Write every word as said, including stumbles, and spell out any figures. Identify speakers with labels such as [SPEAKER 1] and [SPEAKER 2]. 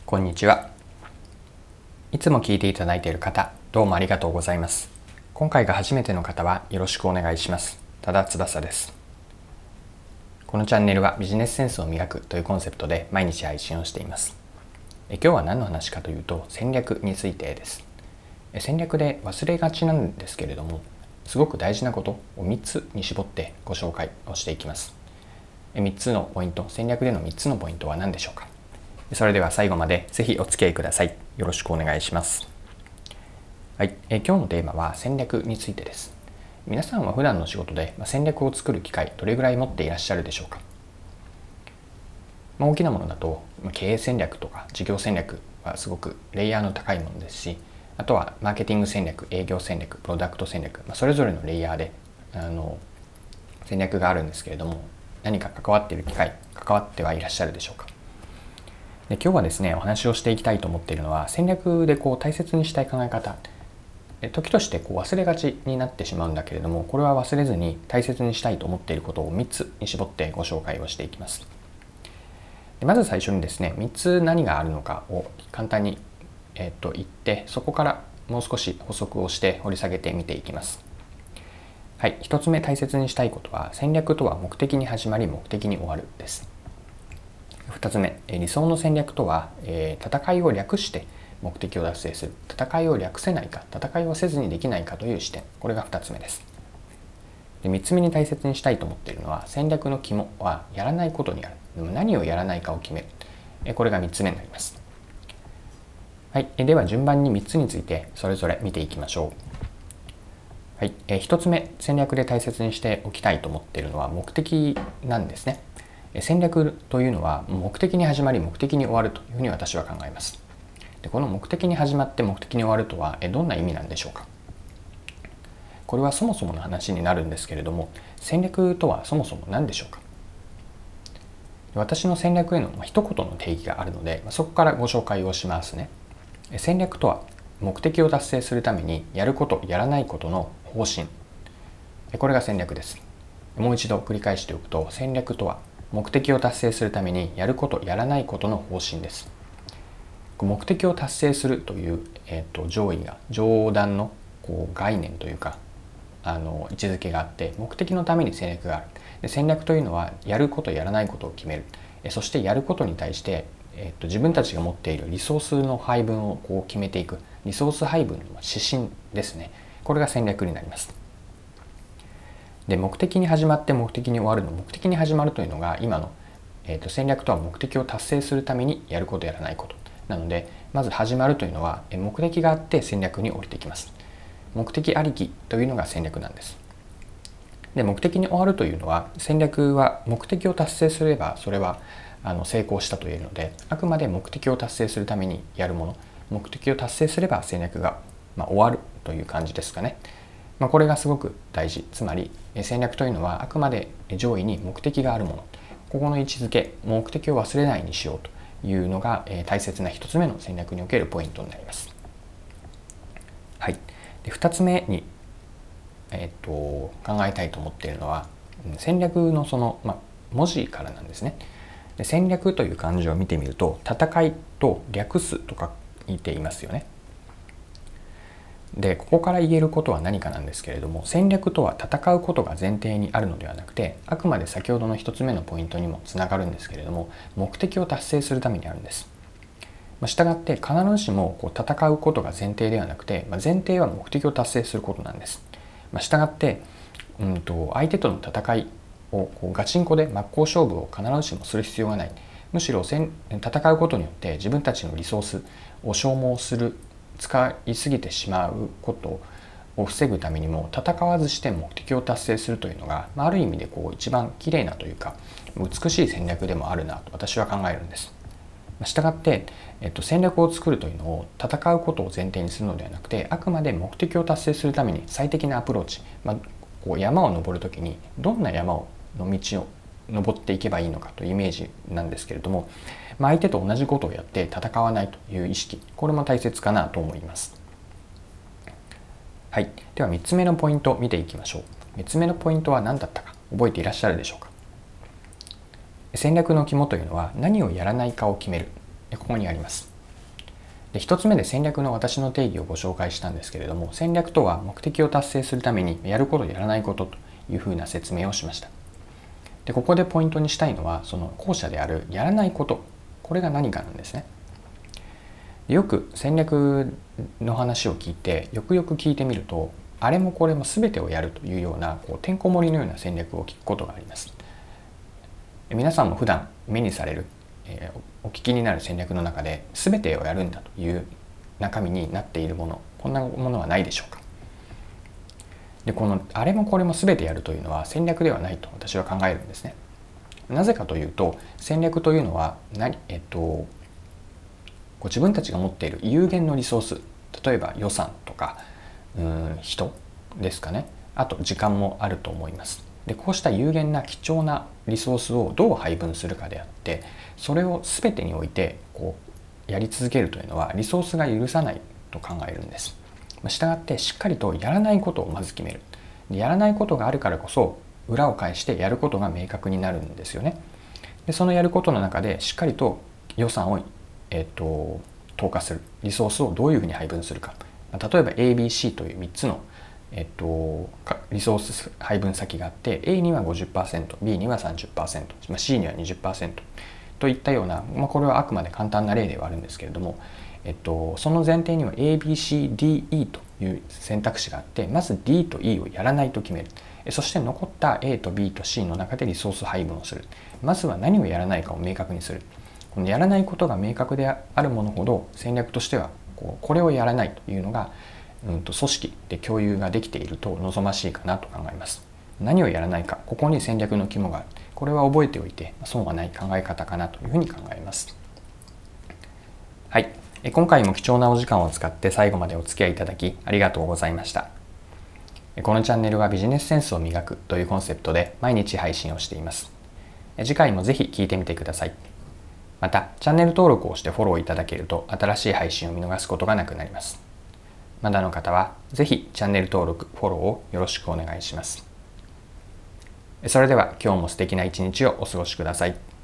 [SPEAKER 1] こんにちは。いつも聞いていただいている方、どうもありがとうございます。今回が初めての方はよろしくお願いします。多田翼です。このチャンネルはビジネスセンスを磨くというコンセプトで毎日配信をしています。え今日は何の話かというと、戦略についてです。え戦略で忘れがちなんですけれども、すごく大事なことをみっつに絞ってご紹介をしていきます。えみっつのポイント、戦略でのみっつのポイントは何でしょうか。それでは最後までぜひお付き合いください。よろしくお願いします。はい、え今日のテーマは戦略についてです。皆さんは普段の仕事で戦略を作る機会どれぐらい持っていらっしゃるでしょうか。まあ、大きなものだと経営戦略とか事業戦略はすごくレイヤーの高いものですし、あとはマーケティング戦略、営業戦略、プロダクト戦略、まあ、それぞれのレイヤーであの戦略があるんですけれども、何か関わっている機会、関わってはいらっしゃるでしょうか。で今日はですね、お話をしていきたいと思っているのは、戦略でこう大切にしたい考え方、時としてこう忘れがちになってしまうんだけれども、これは忘れずに大切にしたいと思っていることをみっつに絞ってご紹介をしていきます。でまず最初にですね、みっつ何があるのかを簡単に、えー、と言って、そこからもう少し補足をして掘り下げてみていきます。はい、ひとつめ大切にしたいことは、戦略とは目的に始まり目的に終わるです。ふたつめ、理想の戦略とは、えー、戦いを略して目的を達成する。戦いを略せないか、戦いをせずにできないかという視点。これがふたつめです。でみっつめに大切にしたいと思っているのは、戦略の肝はやらないことにある。でも何をやらないかを決める。えこれがみっつめになります。はい、では順番にみっつについてそれぞれ見ていきましょう。はい、えひとつめ、戦略で大切にしておきたいと思っているのは目的なんですね。戦略というのは目的に始まり目的に終わるというふうに私は考えます。でこの目的に始まって目的に終わるとはどんな意味なんでしょうか。これはそもそもの話になるんですけれども、戦略とはそもそも何でしょうか。私の戦略への一言の定義があるので、そこからご紹介をしますね。戦略とは目的を達成するためにやることやらないことの方針、これが戦略です。もう一度繰り返しておくと、戦略とは目的を達成するためにやることやらないことの方針です。目的を達成するという、えー、と上位が上段のこう概念というかあの位置づけがあって、目的のために戦略がある。で戦略というのはやることやらないことを決める。そしてやることに対して、えー、と自分たちが持っているリソースの配分をこう決めていく。リソース配分の指針ですね。これが戦略になります。で目的に始まって目的に終わるの、目的に始まるというのが今の、えー、と戦略とは目的を達成するためにやることやらないことなので、まず始まるというのは目的があって戦略に降りてきます。目的ありきというのが戦略なんです。で目的に終わるというのは、戦略は目的を達成すればそれはあの成功したというので、あくまで目的を達成するためにやるもの、目的を達成すれば戦略が、まあ、終わるという感じですかね。まあ、これがすごく大事。つまり戦略というのはあくまで上位に目的があるもの、ここの位置づけ、目的を忘れないにしようというのが大切な一つ目の戦略におけるポイントになります。はい、でふたつめに、えー、と考えたいと思っているのは、戦略のその、まあ、文字からなんですね。で戦略という漢字を見てみると、戦いと略すとか言っていますよね。でここから言えることは何かなんですけれども、戦略とは戦うことが前提にあるのではなくて、あくまで先ほどの一つ目のポイントにもつながるんですけれども、目的を達成するためにあるんです。したがって必ずしもこう戦うことが前提ではなくて、前提は目的を達成することなんです。したがって、うん、と相手との戦いをこうガチンコで真っ向勝負を必ずしもする必要がない。むしろ戦うことによって自分たちのリソースを消耗する、使いすぎてしまうことを防ぐためにも、戦わずして目的を達成するというのが、ある意味でこう一番綺麗なというか美しい戦略でもあるなと私は考えるんです。したがって、えっと、戦略を作るというのを戦うことを前提にするのではなくて、あくまで目的を達成するために最適なアプローチ、まあ、こう山を登るときにどんな山をの道を登っていけばいいのかというイメージなんですけれども、まあ、相手と同じことをやって戦わないという意識、これも大切かなと思います。はい、ではみっつめのポイントを見ていきましょう。みっつめのポイントは何だったか覚えていらっしゃるでしょうか。戦略の肝というのは何をやらないかを決める、ここにあります。 でひとつめで戦略の私の定義をご紹介したんですけれども、戦略とは目的を達成するためにやることやらないことというふうな説明をしました。でここでポイントにしたいのは、その後者であるやらないこと、これが何かなんですね。よく戦略の話を聞いてよくよく聞いてみると、あれもこれも全てをやるというようなこうてんこ盛りのような戦略を聞くことがあります。皆さんも普段目にされる、えー、お聞きになる戦略の中で全てをやるんだという中身になっているもの、こんなものはないでしょうか。でこのあれもこれも全てやるというのは戦略ではないと私は考えるんですね。なぜかというと、戦略というのは何、えっとご自分たちが持っている有限のリソース、例えば予算とかうーん人ですかね、あと時間もあると思います。でこうした有限な貴重なリソースをどう配分するかであって、それを全てにおいてこうやり続けるというのはリソースが許さないと考えるんです。したがってしっかりとやらないことをまず決める。でやらないことがあるからこそ裏を返してやることが明確になるんですよね。でそのやることの中でしっかりと予算をえっと、投下するリソースをどういうふうに配分するか。例えば エービーシー というみっつの、えっと、リソース配分先があって A には ごじゅっパーセント、B には さんじゅっパーセント、C には にじゅっパーセント といったような、まあ、これはあくまで簡単な例ではあるんですけれども、えっと、その前提には エービーシーディーイー という選択肢があって、まず D と E をやらないと決める。そして残った A と B と C の中でリソース配分をする。まずは何をやらないかを明確にする。このやらないことが明確であるものほど戦略としてはこうこれをやらないというのが、うん、と組織で共有ができていると望ましいかなと考えます。何をやらないか、ここに戦略の肝がある。これは覚えておいて損はない考え方かなというふうに考えます。はい、今回も貴重なお時間を使って最後までお付き合いいただきありがとうございました。このチャンネルはビジネスセンスを磨くというコンセプトで毎日配信をしています。次回もぜひ聞いてみてください。また、チャンネル登録をしてフォローいただけると新しい配信を見逃すことがなくなります。まだの方は、ぜひチャンネル登録、フォローをよろしくお願いします。それでは今日も素敵な一日をお過ごしください。